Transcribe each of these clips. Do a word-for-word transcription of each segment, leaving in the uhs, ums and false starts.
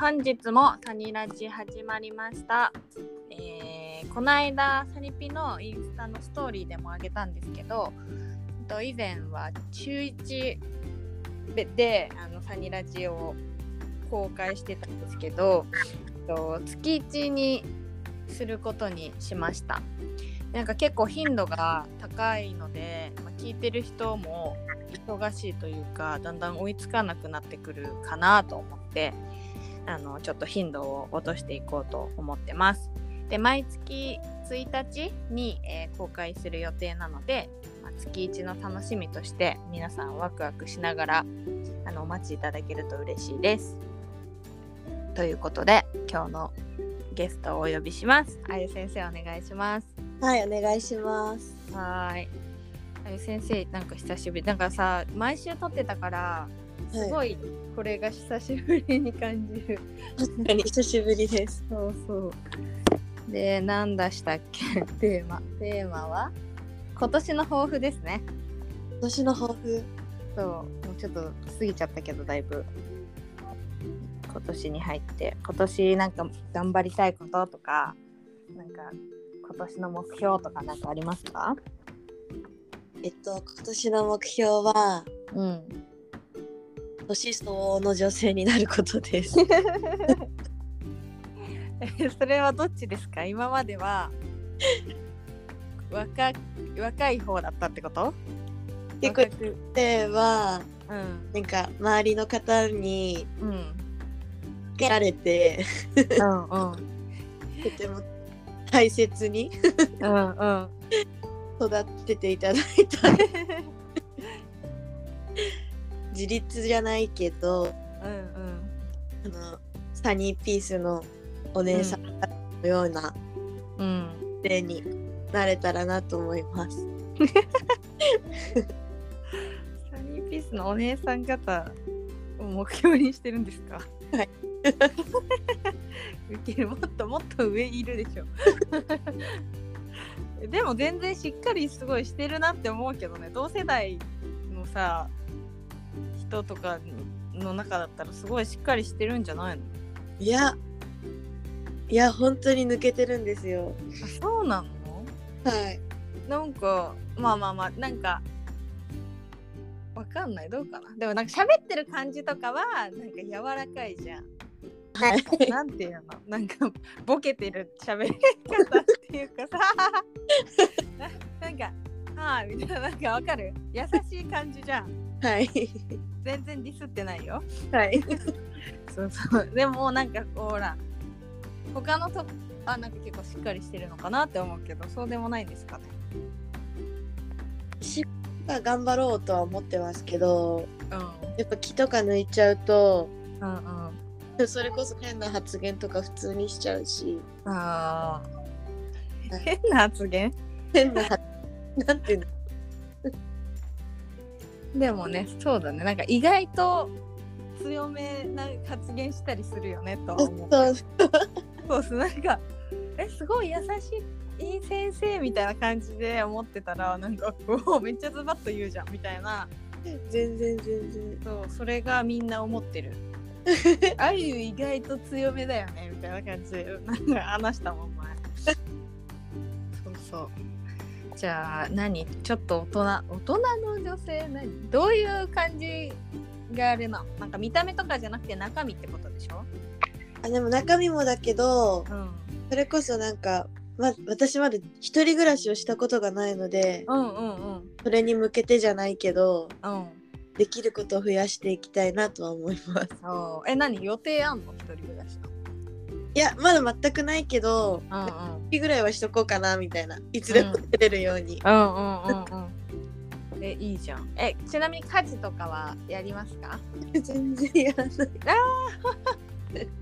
本日もサニラジ始まりました。えー、この間サニピのインスタのストーリーでもあげたんですけど、以前は週いちであのサニラジを公開してたんですけど、月いちにすることにしました。なんか結構頻度が高いので、まあ、聞いてる人も忙しいというかだんだん追いつかなくなってくるかなと思ってあのちょっと頻度を落としていこうと思ってます。で毎月ついたちに、えー、公開する予定なので、まあ、月いちの楽しみとして皆さんワクワクしながらあのお待ちいただけると嬉しいです。ということで今日のゲストをお呼びします。あゆ先生お願いします。 はい、お願いします。 はい。あゆ先生なんか久しぶりなんかさ毎週撮ってたからすごいこれが久しぶりに感じる。 確かに久しぶりです。 そうそう。で何出したっけテーマテーマは今年の抱負ですね。 今年の抱負。 そうもうちょっと過ぎちゃったけどだいぶ今年に入って今年なんか頑張りたいこととかなんか今年の目標とかなんかありますか？ えっと今年の目標は、 うん、 年相応の女性になることです。 それはどっちですか？今までは若若い方だったってこと？ 結構では、 うん、 なんか周りの方に受けられて、 うんうん、 とても大切にうんうん育ってていただいた自立じゃないけど、うんうん、あのサニーピースのお姉さんのような例になれたらなと思います。 サニーピースのお姉さん方を目標にしてるんですか？ はい。 もっともっと上いるでしょ。でも全然しっかりすごいしてるなって思うけどね。同世代のさ人とかの中だったらすごいしっかりしてるんじゃないの？ いやいや本当に抜けてるんですよ。 あ、そうなの？ はい。 なんかまあまあまあなんかわかんないどうかな。でもなんか喋ってる感じとかはなんか柔らかいじゃん。 はい、 なんていうのなんかボケてる喋り方っていうかさな, なんかはあみたいななんかわかる優しい感じじゃん。 はい全然ディスってないよ。 はいそうそうでもなんかほら他のとあなんか結構しっかりしてるのかなって思うけどそうでもないんですかね。 しば頑張ろうとは思ってますけど、 うん、 やっぱ気とか抜いちゃうと、 うんうんそれこそ変な発言とか普通にしちゃうし。 あー変な発言変な発なんていうのでもねそうだねなんか意外と強めな発言したりするよねとは思う。 そうそうそうなんかえすごい優しいいい先生みたいな感じで思ってたらなんかおめっちゃズバッと言うじゃんみたいな。 全然全然そうそれがみんな思ってる。あゆ意外と強めだよねみたいな感じでなんか話したもん前。そうそうじゃあ何ちょっと大人大人の女性何どういう感じがあれななんか見た目とかじゃなくて中身ってことでしょ？ あでも中身もだけど、うん、それこそなんか、ま、私まだ一人暮らしをしたことがないので、 うんうんうん、 それに向けてじゃないけど、 うん、 できることを増やしていきたいなとは思います。 え何予定あんの一人暮らしの？ いやまだ全くないけど、 うんうん、 いちぐらいはしとこうかなみたいないつでも出れるように、 うん、うんうんうんうんえいいじゃん。えちなみに家事とかはやりますか？ 全然やらない。 あね、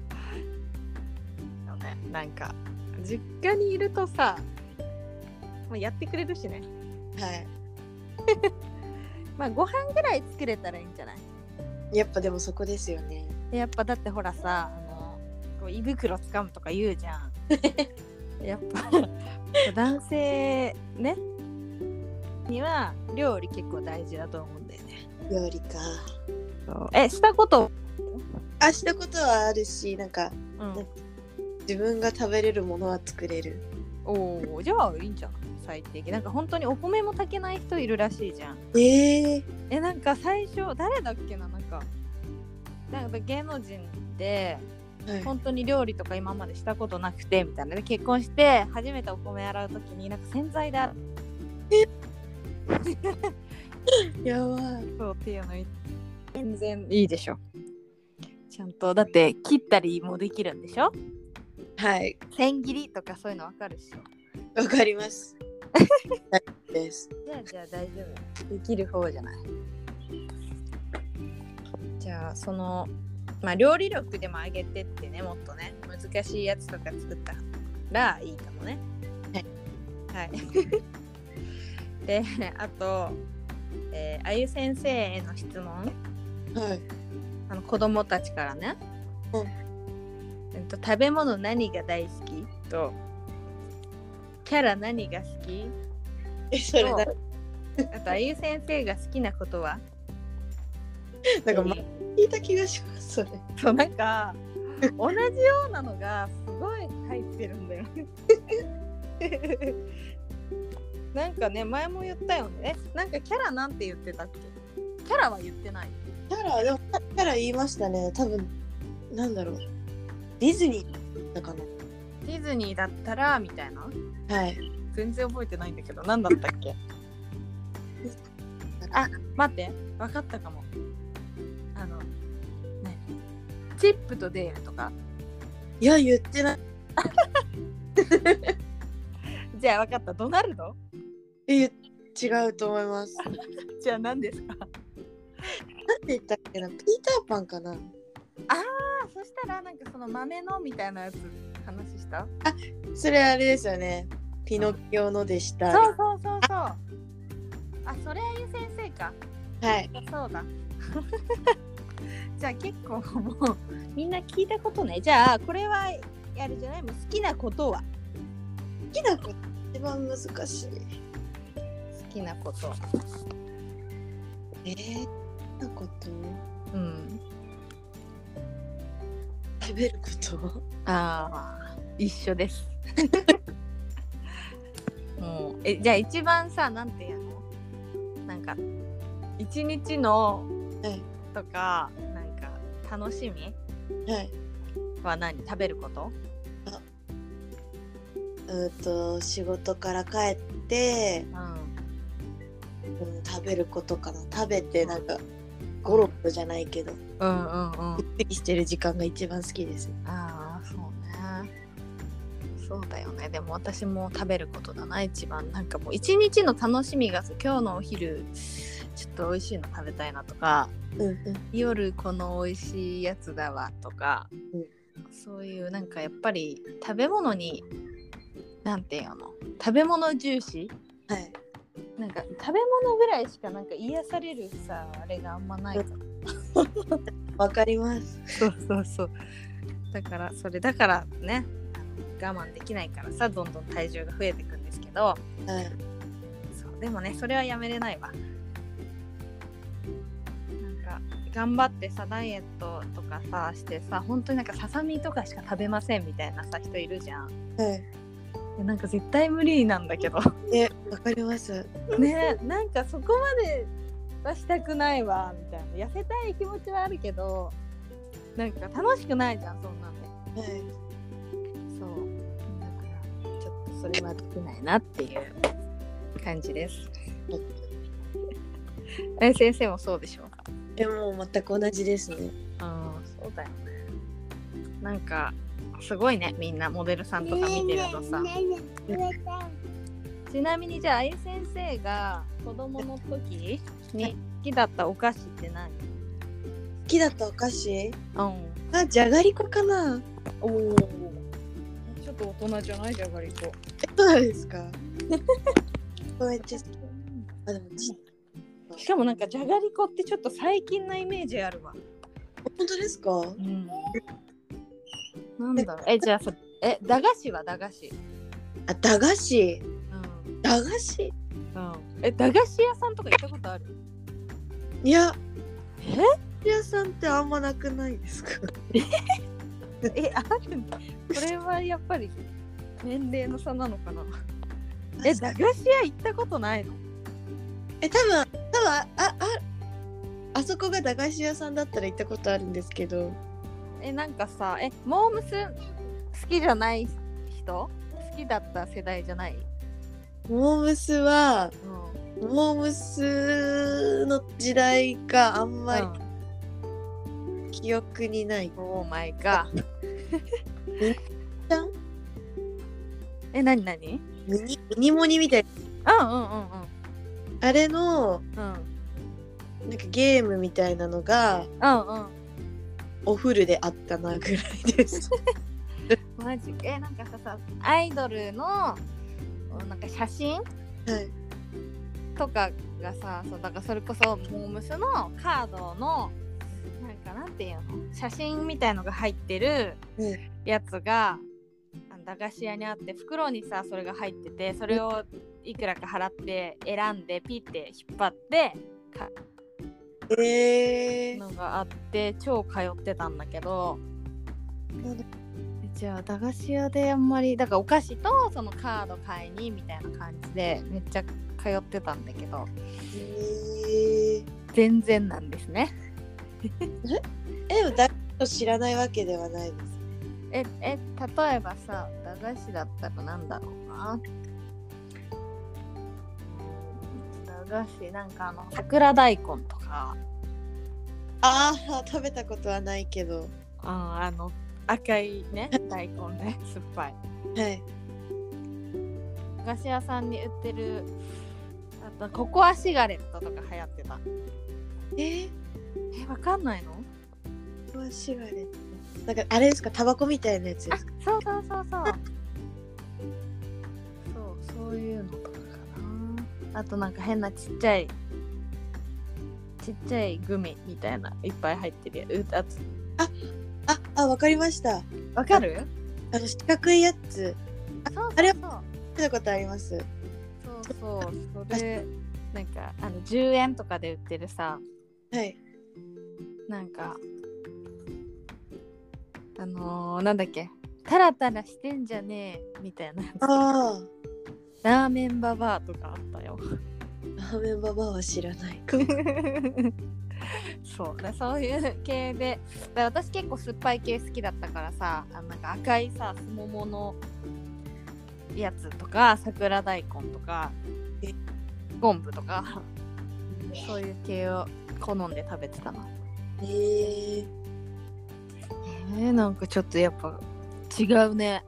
なんか実家にいるとさもうやってくれるしね。 はいまあご飯ぐらい作れたらいいんじゃない？ やっぱでもそこですよね。 やっぱだってほらさあのこう胃袋つかむとか言うじゃん。やっぱ男性ねには料理結構大事だと思うんだよね。 料理か。 そうえしたことあ、したことはあるし、なんか、 うん、 自分が食べれるものは作れる。 おお、じゃあいいんじゃん。最適。なんか本当にお米も炊けない人いるらしいじゃん。 えー、 え、なんか最初誰だっけな、なんかなんか芸能人で、はい、本当に料理とか今までしたことなくてみたいなで結婚して初めてお米洗うときになんか洗剤で洗うやばい。 そうっていうの全然いいでしょ。ちゃんとだって切ったりもできるんでしょ。 はい。 千切りとかそういうの分かるっしょ。 わかります。大丈夫です。 じゃあじゃあ大丈夫。できる方じゃない。じゃあそのまあ料理力でも上げてってね、もっとね難しいやつとか作ったらいいかもね。はい。はい。であと、えー、あゆ先生への質問。 はい。 あの子供たちからね。うん。えっと食べ物何が大好きとキャラ何が好き。 え、それだ。 あとあゆ先生が好きなことは。 なんか、ま、聞いた気がします。それ。 そう、なんか同じようなのがすごい入ってるんだよ。なんかね前も言ったよね。なんかキャラなんて言ってたっけ。キャラは言ってない。 キャラでもキャラ言いましたね。多分なんだろう。ディズニーだかな。 ディズニーだったらみたいな。 はい。 全然覚えてないんだけど何だったっけ。あ、待って分かったかも。あのね、チップとデールとか。 いや言ってない。 じゃあ分かった。ドナルド。 え、違うと思います。 じゃあ何ですか。 なんて言ったっけな。ピーターパンかな。 ああ、そしたらなんかその豆のみたいなやつ話した。 あ、それあれですよね。ピノキオのでした。 そうそうそうそう。あ、それあゆ先生か。 はい。 そうだ。じゃあ結構もうみんな聞いたことね。じゃあこれはやるじゃない。もう好きなことは。 好きなこと一番難しい。 好きなこと。 えー、好きなこと。 うん。 食べること。 ああ、一緒です。もうえじゃあ一番さなんていうの。なんか一日の、はい、とかなんか楽しみ、はい、は何。食べること。あうんと仕事から帰って、うんうん、食べることかな。食べてなんかゴロッとじゃないけど、 うんうんうん、 ゆっくりしてる時間が一番好きです。 ああそうね。そうだよね。でも私も食べることだな一番。なんかもう一日の楽しみが今日のお昼ちょっと美味しいの食べたいなとか、うんうん、夜この美味しいやつだわとか、うん、そういうなんかやっぱり食べ物になんていうの食べ物重視、はい、なんか食べ物ぐらいしかなんか癒されるさあれがあんまないからわかります。 そうそうそう。だからそれだからね我慢できないからさどんどん体重が増えていくんですけど、はい、そうでもねそれはやめれないわ。なんか頑張ってさダイエットとかさしてさ本当になんかささみとかしか食べませんみたいなさ人いるじゃん。はい。なんか絶対無理なんだけど。 え、わかります。 ね、なんかそこまではしたくないわみたいな。痩せたい気持ちはあるけど、なんか楽しくないじゃんそんなの。はい。そう。だからちょっとそれはできないなっていう感じです。え、先生もそうでしょ。 え、もう全く同じですね。 ああ、そうだよね。なんか。すごいねみんなモデルさんとか見てるとさ、ねえねえねえちなみにじゃああゆ先生が子供の時に好きだったお菓子って何？好きだったお菓子？ うん。 あ、じゃがりこかな。 おお。ちょっと大人じゃないじゃがりこ。 え、そうですか。めっちゃ好き。あ、でもしかもなんかじゃがりこってちょっと最近なイメージあるわ。 本当ですか？うん。 なんだろうえじゃあさえ駄菓子は駄菓子。 あ、駄菓子。うん。駄菓子。 うん。え駄菓子屋さんとか行ったことある？ いや。 え？ 子屋さんってあんまなくないですか？ え、あるんだ。これはやっぱり年齢の差なのかな。え、駄菓子屋行ったことないの？ え、多分多分あああそこが駄菓子屋さんだったら行ったことあるんですけど。 え、なんかさ、え、モームス好きじゃない人？好きだった世代じゃない？ モームスは、 うん、 モームスの時代があんまり記憶にない。 オーマイガー。 ちゃん？ え、なになに？ ミニミニモニみたいな。うんうんうんうん。 あれの、 うん、 なんかゲームみたいなのが、 うんうん。 おフルであったなぐらいです。 マジ？え、なんかさ、アイドルのなんか写真、 はい、 とかがさ、そうだからそれこそモームスのカードのなんかなんていうの、写真みたいのが入ってるやつが、うん、駄菓子屋にあって、袋にさそれが入ってて、それをいくらか払って選んでピッて引っ張って買うえー、 のがあって、超通ってたんだけど、じゃあ駄菓子屋であんまりだからお菓子とそのカード買いにみたいな感じでめっちゃ通ってたんだけど、 えー、 全然なんですね。 えでも誰も知らないわけではないです。 ええ例えばさ、駄菓子だったらなんだろうな。駄菓子なんかあの桜大根とか。 ああ、食べたことはないけど。 ああの赤いね大根ね、酸っぱい。 はい。 駄菓子屋さんに売ってるあとココアシガレットとか流行ってた。 えー、 え、わかんないの？ ココアシガレット。なんかあれですか、タバコみたいなやつですか？ あ、そうそうそうそう。そうそういうのとかかな。あとなんか変なちっちゃいちっちゃいグミみたいないっぱい入ってるやつ。 あああ、わかりました。 わかる？ あの四角いやつ。 そうそうそう。 あれ食べたことあります。 そうそう。それなんかあのじゅうえんとかで売ってるさ。 はい。 なんかあのー、なんだっけ、タラタラしてんじゃねえみたいなやつ。 ああ。 ラーメンババアとかあったよ。 ラーメンババアは知らない。 そうだ、そういう系で、だ私結構酸っぱい系好きだったからさ、あのなんか赤いさ、すもものやつとか、桜大根とか、昆布とか、そういう系を好んで食べてたな。 へえー。 えー、なんかちょっとやっぱ違うね。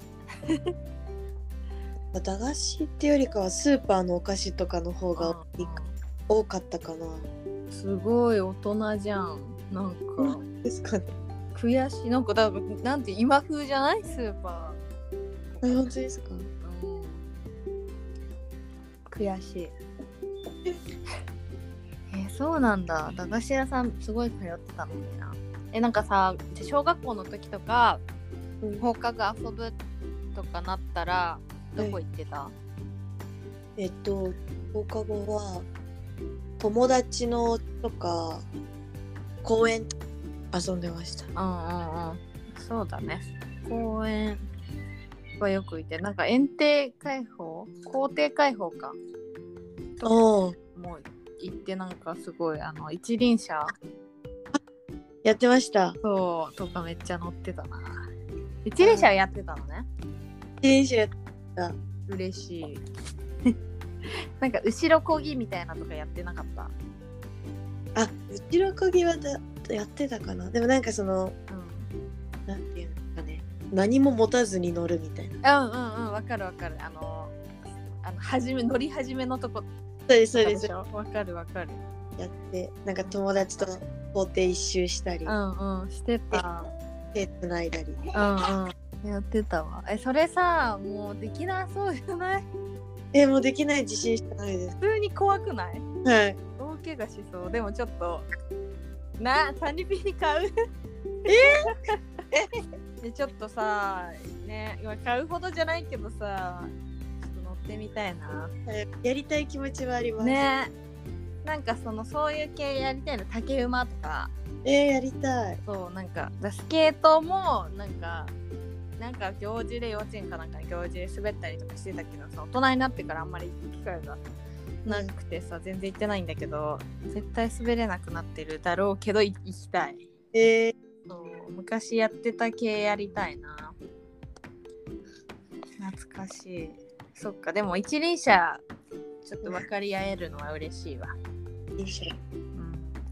駄菓子ってよりかはスーパーのお菓子とかの方が多かったかな。 すごい大人じゃん。なんかですかね。 悔しい。なんかだからなんて今風じゃない？スーパー。あ、本当ですか？ うん、悔しい。えー、そうなんだ。駄菓子屋さんすごい通ってたのにな。え、なんかさ、小学校の時とか、うん、放課後遊ぶとかなったらどこ行ってた？はい、 えっと放課後は友達のとか公園遊んでました。 うんうんうん。そうだね。公園はよく行って、なんか園庭開放、校庭開放か。 おお。 もう行ってなんかすごいあの一輪車やってました。 そうとかめっちゃ乗ってたな。一輪車やってたのね。 一輪車やってた。 嬉しい。なんか後ろこぎみたいなとかやってなかった？ あ、後ろこぎはだやってたかな。でもなんかその、うん、なんていうんですかね、何も持たずに乗るみたいな。 うんうんうん、わかるわかる。あのあの初め乗り始めのとこ。 そうですそうです。 わかるわかる。 やってなんか友達と校庭一周したり。 うんうん、してた。 手つないだり。 うんうん、やってたわ。え、それさ、もうできなそうじゃない？ え、もうできない自信しかないです。 普通に怖くない？ はい。 大怪我しそう。でもちょっとな、サニピに買う？えちょっとさ、ね、買うほどじゃないけどさ、ちょっと乗ってみたいな。 やりたい気持ちはあります。 ね。 なんかそのそういう系やりたいの。竹馬とか。 えー、やりたい。 そうなんかスケートもなんかなんか行事で幼稚園かなんか行事で滑ったりとかしてたけどさ、大人になってからあんまり行く機会がなくてさ、うん、全然行ってないんだけど、絶対滑れなくなってるだろうけど行きたい。 えー、 そう昔やってた系やりたいな。懐かしい。そっか、でも一輪車ちょっと分かり合えるのは嬉しいわ。 いいしょ、 うん、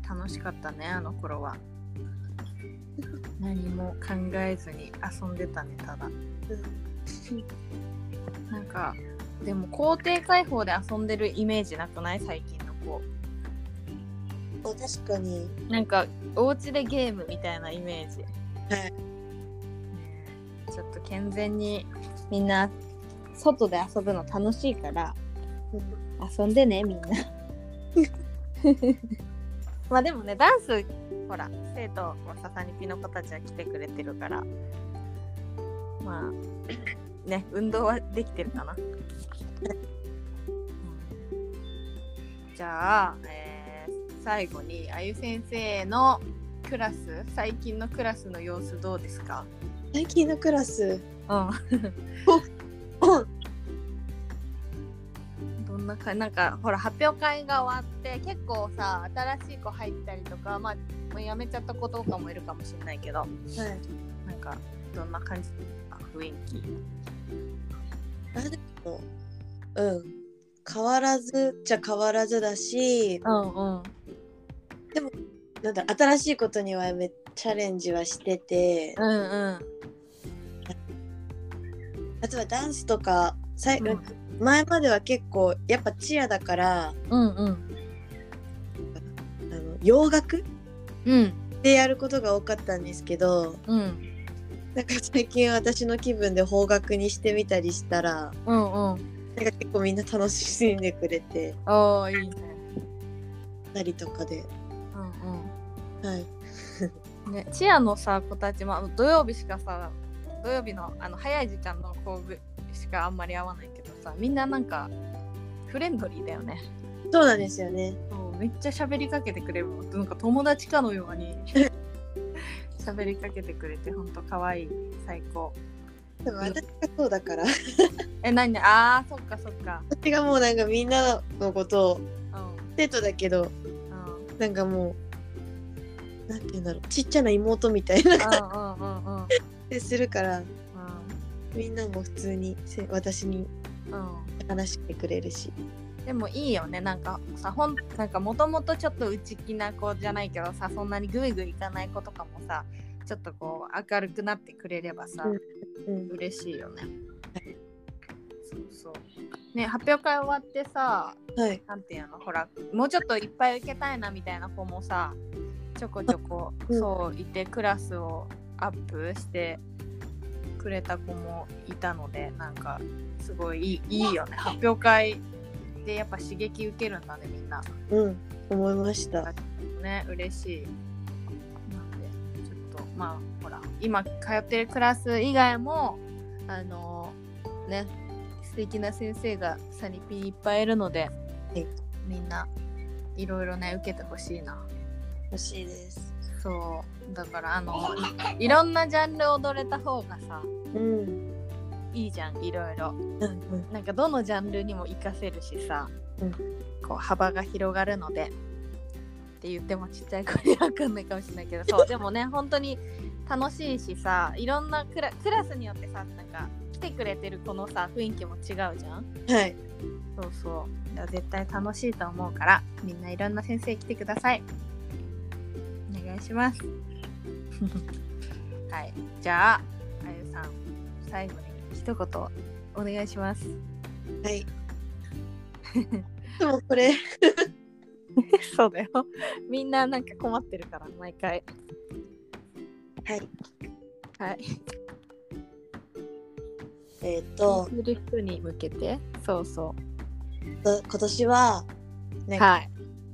楽しかったねあの頃は。何も考えずに遊んでたね、ただ。うん、なんかでも校庭開放で遊んでるイメージなくない？最近の子。 あ、確かに。 なんかお家でゲームみたいなイメージ。 はい。 ちょっと健全にみんな外で遊ぶの楽しいから遊んでねみんな。まあでもね、ダンスほら生徒もささにぴの子たちは来てくれてるから、まあね、運動はできてるかな。じゃあ、えー、最後にあゆ先生のクラス、最近のクラスの様子どうですか？ 最近のクラス、 うん。どんなか、なんかほら発表会が終わって結構さ新しい子入ったりとか、まあもう辞めちゃった子とかもいるかもしれないけど、はい、なんかどんな感じか雰囲気。 あ、でもうん変わらずじゃ変わらずだし、 うんうん、 でもなんだ新しいことにはめっチャレンジはしてて、 うんうん、 あとはダンスとかさい、うん、前までは結構やっぱチアだから、 うんうん、 あの洋楽、 うん、 でやることが多かったんですけど、うん、なんか最近私の気分で邦楽にしてみたりしたら、うんうん、なんか結構みんな楽しんでくれて、 ああいいね、 たりとかで、うんうん、はい。 ね、チアのさ子たちも土曜日しかさ土曜日のあの早い時間の子しかあんまり会わないけどさ、みんななんかフレンドリーだよね。 そうなんですよね。 そうめっちゃ喋りかけてくれる、なんか友達かのように喋りかけてくれてほんと可愛い、最高。 でも私がそうだからえ、何ね、あーそっかそっか。 私がもうなんかみんなのことを、うん、生徒だけど、うん、なんかもうなんていうんだろう、ちっちゃな妹みたいな感じでするから、うん、みんなも普通に私に話してくれるし、 うん、でもいいよね。なんかさ、ほんなんかもともとちょっと内気な子じゃないけどさ、そんなにグイグイいかない子とかもさ、ちょっとこう明るくなってくれればさ、うん、嬉しいよね。そうそうね、発表会終わってさ、はい、なんていうの、ほらもうちょっといっぱい受けたいなみたいな子もさちょこちょこ、うん、そういてクラスをアップしてくれた子もいたので、なんかすごいいい、いいよね。発表会でやっぱ刺激受けるんだね、みんな。 うん思いましたね、嬉しい。なんでちょっとまあほら今通ってるクラス以外もあのね素敵な先生がサニピーいっぱいいるので、はい、みんないろいろね受けてほしいな。 欲しいです。 そうだからあの い, いろんなジャンル踊れた方がさ、うん、いいじゃん、いろいろ、うんうん、なんかどのジャンルにも活かせるしさ、うん、こう幅が広がるのでって言ってもちっちゃい子に分かんないかもしれないけどそうでもね本当に楽しいしさ、いろんなク ラ, クラスによってさ、なんか来てくれてる子のさ雰囲気も違うじゃん。 はい、 そうそう、だから絶対楽しいと思うからみんないろんな先生来てください。お願いしますはい、じゃああゆさん最後に一言お願いします。 はい。でもこれそうだよ、みんななんか困ってるから毎回。 はいはい。 えっ、ー、とする人に向けて、そうそう今年はね、はい、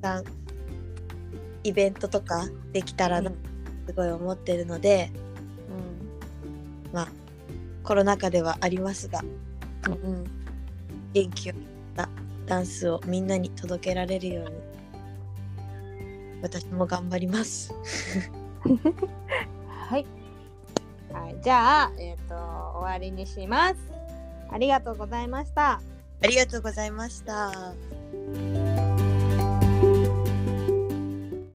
イベントとかできたらな、うん、すごい思ってるので、うん、まあコロナ禍ではありますが、うんうん、元気を持ったダンスをみんなに届けられるように私も頑張りますはい、はい、じゃあ、えーと、終わりにします。ありがとうございました。 ありがとうございました。